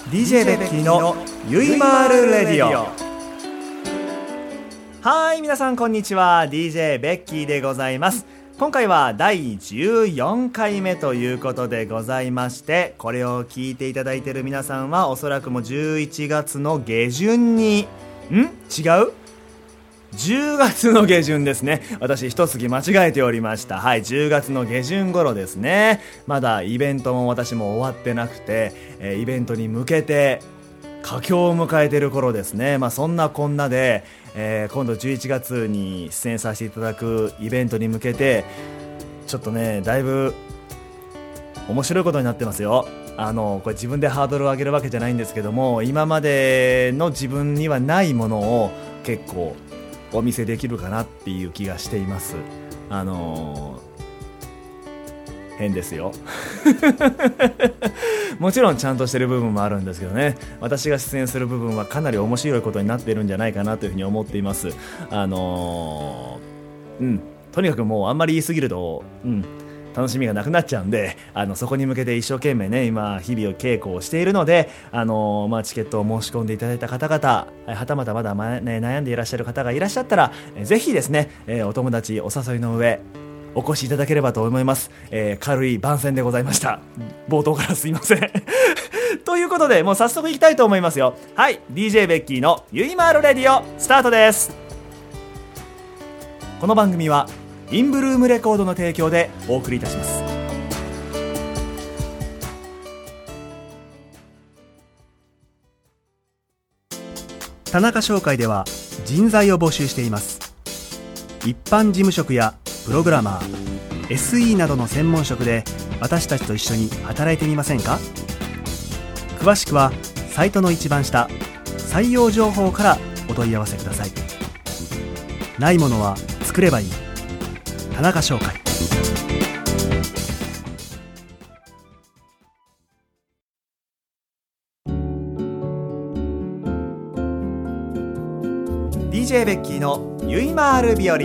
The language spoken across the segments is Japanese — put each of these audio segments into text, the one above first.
DJ ベッキーのゆいまーるレディオ。はい、皆さんこんにちは。 DJ ベッキーでございます。今回は第14回目ということでございまして、これを聞いていただいている皆さんはおそらくもう11月の下旬に違う10月の下旬ですね。私一月間違えておりました。はい、10月の下旬頃ですね。まだイベントも私も終わってなくて、イベントに向けて佳境を迎えている頃ですね。そんなこんなで、今度11月に出演させていただくイベントに向けてちょっとね、だいぶ面白いことになってますよ。これ自分でハードルを上げるわけじゃないんですけども、今までの自分にはないものを結構お見せできるかなっていう気がしています。変ですよもちろんちゃんとしてる部分もあるんですけどね、私が出演する部分はかなり面白いことになっているんじゃないかなというふうに思っています。とにかくもうあんまり言い過ぎると楽しみがなくなっちゃうんで、そこに向けて一生懸命ね、今日々を稽古をしているので、チケットを申し込んでいただいた方々、はたまたまだ、悩んでいらっしゃる方がいらっしゃったら、ぜひですね、お友達お誘いの上お越しいただければと思います。軽い番宣でございました。冒頭からすいませんということで、もう早速いきたいと思いますよ。はい、 DJ ベッキーのゆいまーるレディオスタートです。この番組はインブルームレコードの提供でお送りいたします。田中商会では人材を募集しています。一般事務職やプログラマー、SE などの専門職で私たちと一緒に働いてみませんか？詳しくはサイトの一番下、採用情報からお問い合わせください。ないものは作ればいい。田中商会。DJ ベッキーのゆいまーる日和。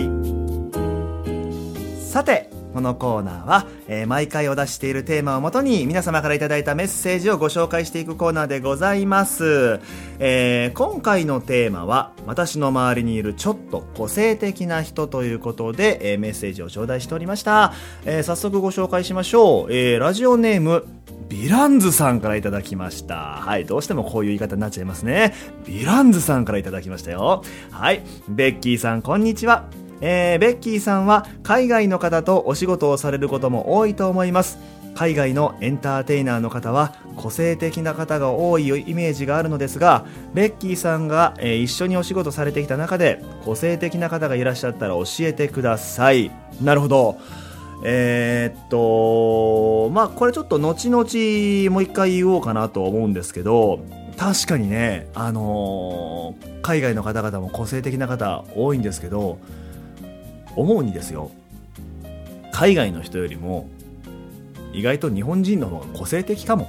さて、このコーナーは、毎回お出ししているテーマをもとに皆様からいただいたメッセージをご紹介していくコーナーでございます。今回のテーマは、私の周りにいるちょっと個性的な人ということで、メッセージを頂戴しておりました。早速ご紹介しましょう。ラジオネームヴィランズさんからいただきました。はい、どうしてもこういう言い方になっちゃいますね。ヴィランズさんからいただきましたよ。はい、ベッキーさんこんにちは。ベッキーさんは海外の方とお仕事をされることも多いと思います。海外のエンターテイナーの方は個性的な方が多いイメージがあるのですが、ベッキーさんが、一緒にお仕事されてきた中で個性的な方がいらっしゃったら教えてください。なるほど。これちょっと後々もう一回言おうかなと思うんですけど、確かにね、海外の方々も個性的な方多いんですけど、思うにですよ、海外の人よりも意外と日本人の方が個性的かも。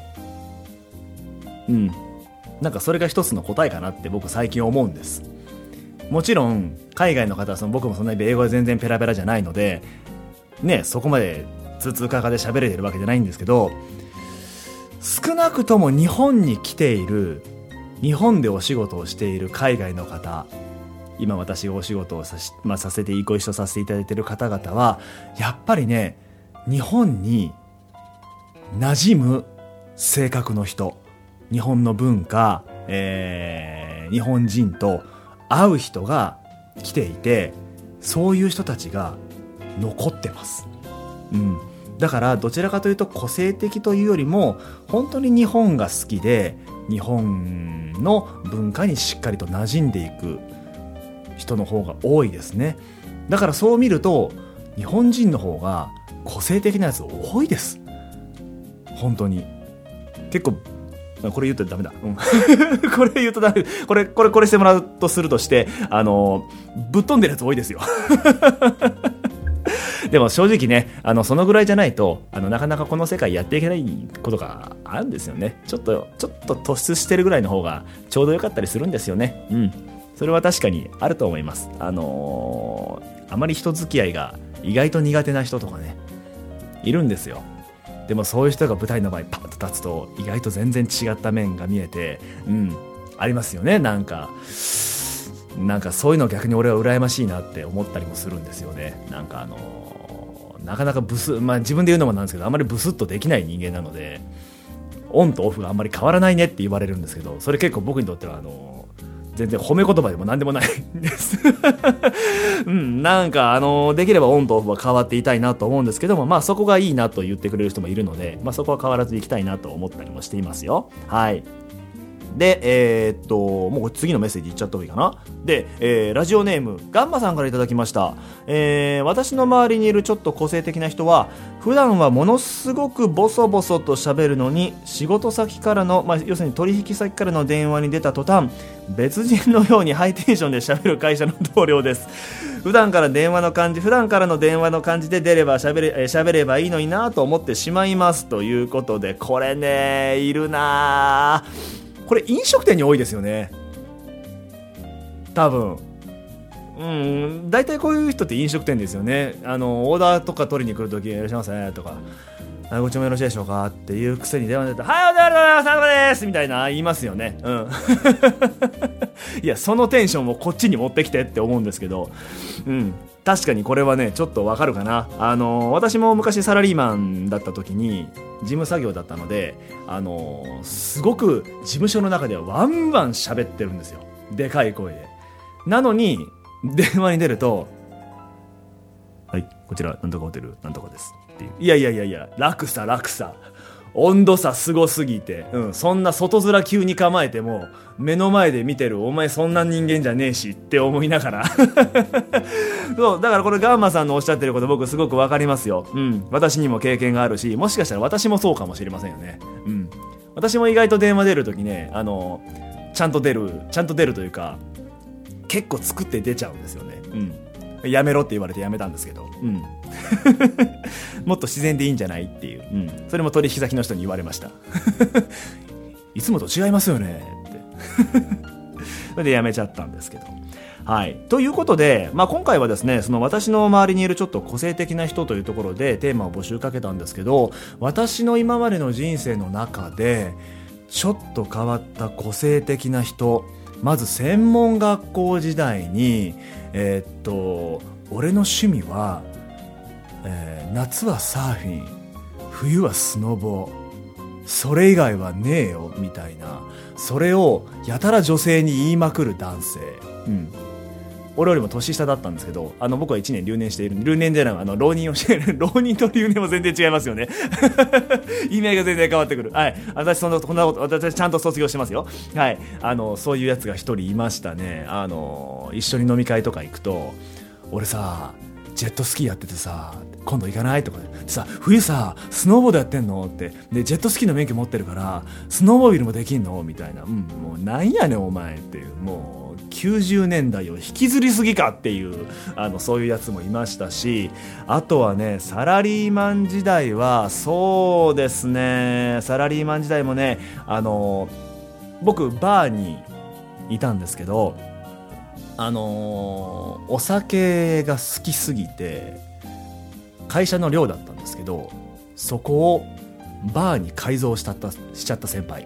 なんかそれが一つの答えかなって僕最近思うんです。もちろん海外の方は僕もそんなに英語は全然ペラペラじゃないのでね、そこまで通通カカで喋れてるわけじゃないんですけど、少なくとも日本に来ている、日本でお仕事をしている海外の方、今私がお仕事をご一緒させていただいている方々はやっぱりね、日本に馴染む性格の人、日本の文化、日本人と会う人が来ていて、そういう人たちが残ってます。だからどちらかというと個性的というよりも本当に日本が好きで日本の文化にしっかりと馴染んでいく人の方が多いですね。だからそう見ると日本人の方が個性的なやつ多いです。本当に結構、これ言うとダメだ、これ言うとダメ、これしてもらうとするとして、ぶっ飛んでるやつ多いですよでも正直ね、そのぐらいじゃないとなかなかこの世界やっていけないことがあるんですよね。ちょっと突出してるぐらいの方がちょうどよかったりするんですよね。それは確かにあると思います。あまり人付き合いが意外と苦手な人とかね、いるんですよ。 でもそういう人が舞台の前にパッと立つと意外と全然違った面が見えて、ありますよね。なんかそういうの逆に俺は羨ましいなって思ったりもするんですよね。なんかなかなか自分で言うのもなんですけど、あまりブスッとできない人間なので、オンとオフがあんまり変わらないねって言われるんですけど、それ結構僕にとっては全然褒め言葉でも何でもないんですなんかできればオンとオフは変わっていたいなと思うんですけども、そこがいいなと言ってくれる人もいるので、そこは変わらずいきたいなと思ったりもしていますよ。はい。で、もう次のメッセージいっちゃった方がいいかな。で、ラジオネームガンマさんからいただきました。私の周りにいるちょっと個性的な人は、普段はものすごくボソボソと喋るのに、仕事先からの、要するに取引先からの電話に出た途端、別人のようにハイテンションで喋る会社の同僚です。普段からの電話の感じで出れば喋ればいいのになと思ってしまいますということで、これね、いるなぁ。これ飲食店に多いですよね、多分。大体こういう人って飲食店ですよね。オーダーとか取りに来るとき、いらっしゃいませとか、ご注文よろしいでしょうかっていうくせに電話で出て、はい、おはようございます、なんとかですみたいな言いますよね。いや、そのテンションをこっちに持ってきてって思うんですけど、確かにこれはね、ちょっとわかるかな。私も昔サラリーマンだった時に事務作業だったので、すごく事務所の中ではワンワン喋ってるんですよ、でかい声で。なのに電話に出ると、はい、こちらなんとかホテルなんとかですっていう。いや落差温度差すごすぎて、そんな外面急に構えても目の前で見てるお前そんな人間じゃねえしって思いながらそうだから、これガンマさんのおっしゃってること僕すごくわかりますよ。私にも経験があるし、もしかしたら私もそうかもしれませんよね。私も意外と電話出るときね、ちゃんと出るというか、結構作って出ちゃうんですよね。やめろって言われてやめたんですけど、もっと自然でいいんじゃないっていう、それも取引先の人に言われましたいつもと違いますよねってそれでやめちゃったんですけど。はい。ということで、今回はですね、その私の周りにいるちょっと個性的な人というところでテーマを募集かけたんですけど、私の今までの人生の中でちょっと変わった個性的な人、まず専門学校時代に俺の趣味は、夏はサーフィン、冬はスノボ、それ以外はねえよみたいな、それをやたら女性に言いまくる男性。俺よりも年下だったんですけど、僕は1年留年している、留年じゃない、浪人をしている浪人と留年は全然違いますよね意味合いが全然変わってくる。はい。私こんなこと、私ちゃんと卒業してますよ。はい。そういうやつが一人いましたね。一緒に飲み会とか行くと、俺さ、ジェットスキーやっててさ、今度行かないとかでさ、冬さスノーボードやってんのってで、ジェットスキーの免許持ってるからスノーモービルもできんのみたいな、もうなんやねんお前っていう、もう90年代を引きずりすぎかっていう、そういうやつもいましたし、あとはね、サラリーマン時代はそうですね、サラリーマン時代もね、僕バーにいたんですけど、お酒が好きすぎて会社の寮だったんですけど、そこをバーに改造しちゃった先輩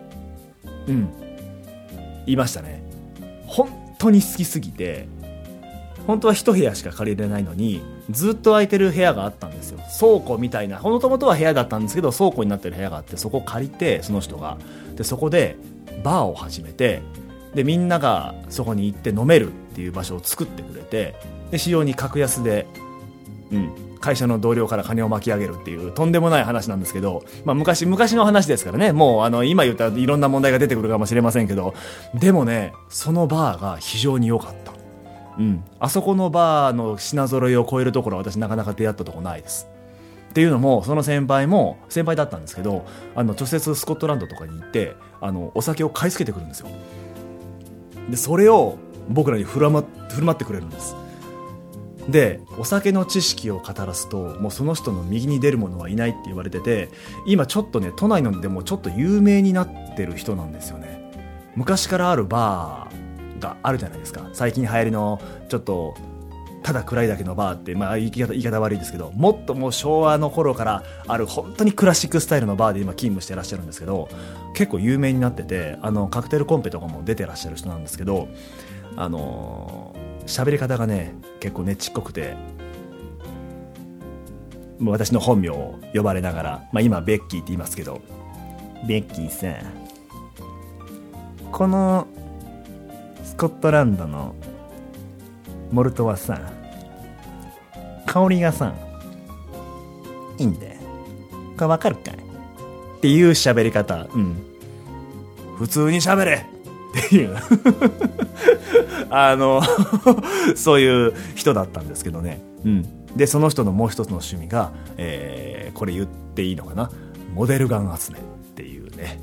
いましたね。本当に好きすぎて、本当は一部屋しか借りれないのにずっと空いてる部屋があったんですよ。倉庫みたいな、もともとは部屋だったんですけど倉庫になってる部屋があって、そこを借りて、その人がでそこでバーを始めて、でみんながそこに行って飲めるっていう場所を作ってくれて、で非常に格安で、会社の同僚から金を巻き上げるっていうとんでもない話なんですけど、昔の話ですからね、もう今言ったらいろんな問題が出てくるかもしれませんけど、でもね、そのバーが非常に良かった。あそこのバーの品揃えを超えるところは私なかなか出会ったところないです。っていうのも、その先輩だったんですけど、直接スコットランドとかに行ってお酒を買い付けてくるんですよ。でそれを僕らに振る舞ってくれるんです。でお酒の知識を語らすと、もうその人の右に出る者はいないって言われてて、今ちょっとね、都内のでもちょっと有名になってる人なんですよね。昔からあるバーがあるじゃないですか。最近流行りのちょっとただ暗いだけのバーって、言い方悪いですけど、もっともう昭和の頃からある本当にクラシックスタイルのバーで今勤務してらっしゃるんですけど、結構有名になってて、カクテルコンペとかも出てらっしゃる人なんですけど、喋り方がね結構ねちっこくて、もう私の本名を呼ばれながら、今ベッキーって言いますけど、ベッキーさん、このスコットランドのモルトはさ、香りがさいいんだよ、これわかるかいっていう喋り方、普通に喋れっていうそういう人だったんですけどね。でその人のもう一つの趣味が、これ言っていいのかな、モデルガン集めっていうね、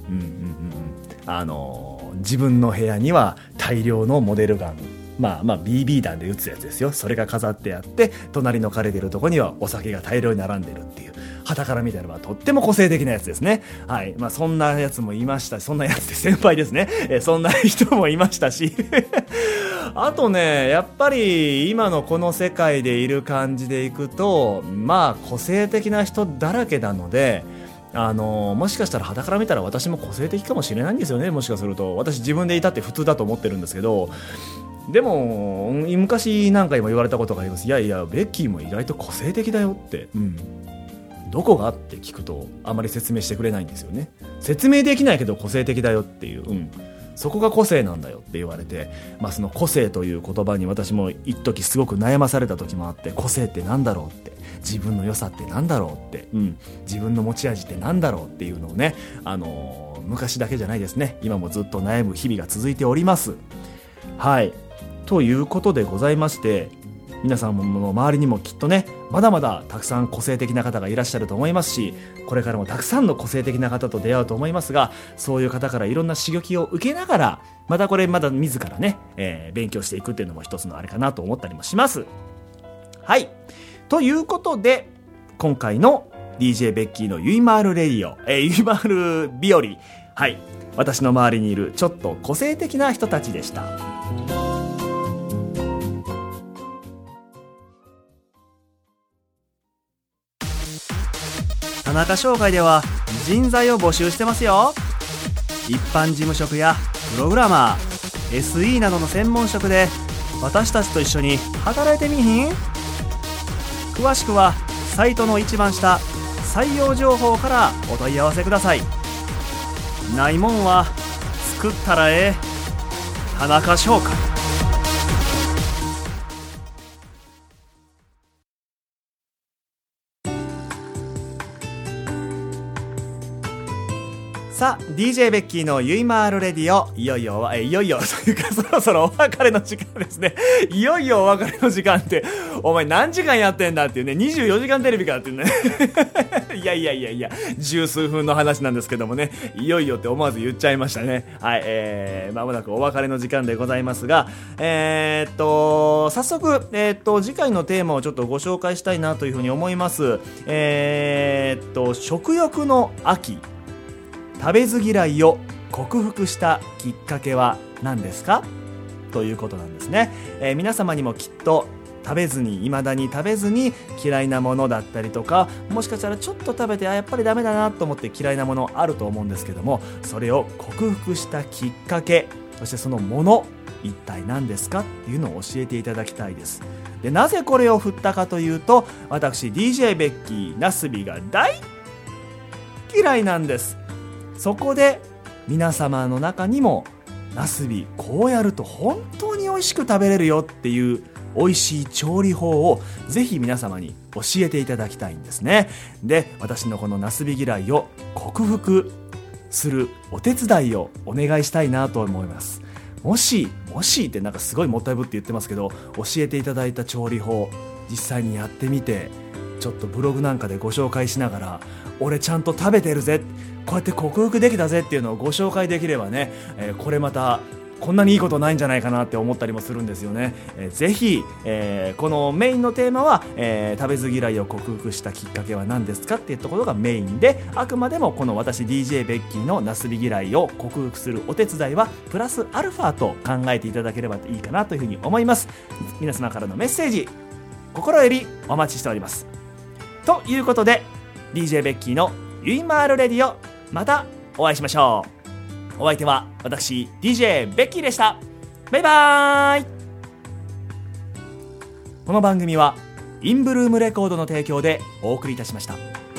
自分の部屋には大量のモデルガン、BB 弾で撃つやつですよ、それが飾ってあって、隣の枯れてるとこにはお酒が大量に並んでるっていう、傍から見たらとっても個性的なやつですね。はい、そんなやつもいましたし、そんなやつで先輩ですね、そんな人もいましたしあとね、やっぱり今のこの世界でいる感じでいくと、個性的な人だらけなので、もしかしたら傍から見たら私も個性的かもしれないんですよね。もしかすると私自分でいたって普通だと思ってるんですけど、でも昔何回も言われたことがあります。いやいやベッキーも意外と個性的だよって、どこがって聞くとあまり説明してくれないんですよね。説明できないけど個性的だよっていう、そこが個性なんだよって言われて、その個性という言葉に私も一時すごく悩まされた時もあって、個性ってなんだろうって、自分の良さってなんだろうって、自分の持ち味ってなんだろうっていうのをね、昔だけじゃないですね、今もずっと悩む日々が続いております。はい、ということでございまして、皆さんの周りにもきっとね、まだまだたくさん個性的な方がいらっしゃると思いますし、これからもたくさんの個性的な方と出会うと思いますが、そういう方からいろんな刺激を受けながら、まだ自らね、勉強していくっていうのも一つのあれかなと思ったりもします。はい、ということで今回の DJ ベッキーのゆいまーるレディオ、ゆいまーる日和、はい、私の周りにいるちょっと個性的な人たちでした。田中商会では人材を募集してますよ。一般事務職やプログラマー、SE などの専門職で私たちと一緒に働いてみひん？詳しくはサイトの一番下、採用情報からお問い合わせください。ないもんは作ったらええ。田中商会。さあ DJ ベッキーのゆいまーるレディオ、いよいよというかそろそろお別れの時間ですね。いよいよお別れの時間って、お前何時間やってんだっていうね、24時間テレビかっていうねいや十数分の話なんですけどもね、いよいよって思わず言っちゃいましたね。はい、間もなくお別れの時間でございますが、早速次回のテーマをちょっとご紹介したいなというふうに思います。食欲の秋、食べず嫌いを克服したきっかけは何ですかということなんですね。皆様にもきっと未だに食べずに嫌いなものだったりとか、もしかしたらちょっと食べてやっぱりダメだなと思って嫌いなものあると思うんですけども、それを克服したきっかけ、そしてそのもの一体何ですかっていうのを教えていただきたいです。でなぜこれを振ったかというと、私 DJ ベッキーなすびが大嫌いなんです。そこで皆様の中にもなすびこうやると本当に美味しく食べれるよっていう美味しい調理法をぜひ皆様に教えていただきたいんですね。で私のこのなすび嫌いを克服するお手伝いをお願いしたいなと思います。もしってなんかすごいもったいぶって言ってますけど、教えていただいた調理法実際にやってみて、ちょっとブログなんかでご紹介しながら、俺ちゃんと食べてるぜ、こうやって克服できたぜっていうのをご紹介できればね、これまたこんなにいいことないんじゃないかなって思ったりもするんですよね。ぜひ、このメインのテーマは、食べず嫌いを克服したきっかけは何ですかっていうところがメインで、あくまでもこの私 DJ ベッキーのなすび嫌いを克服するお手伝いはプラスアルファと考えていただければいいかなというふうに思います。皆様からのメッセージ心よりお待ちしております。ということで DJ ベッキーのゆいまーるレディオ、またお会いしましょう。お相手は私 DJ ベッキーでした。バイバーイ。この番組はインブルームレコードの提供でお送りいたしました。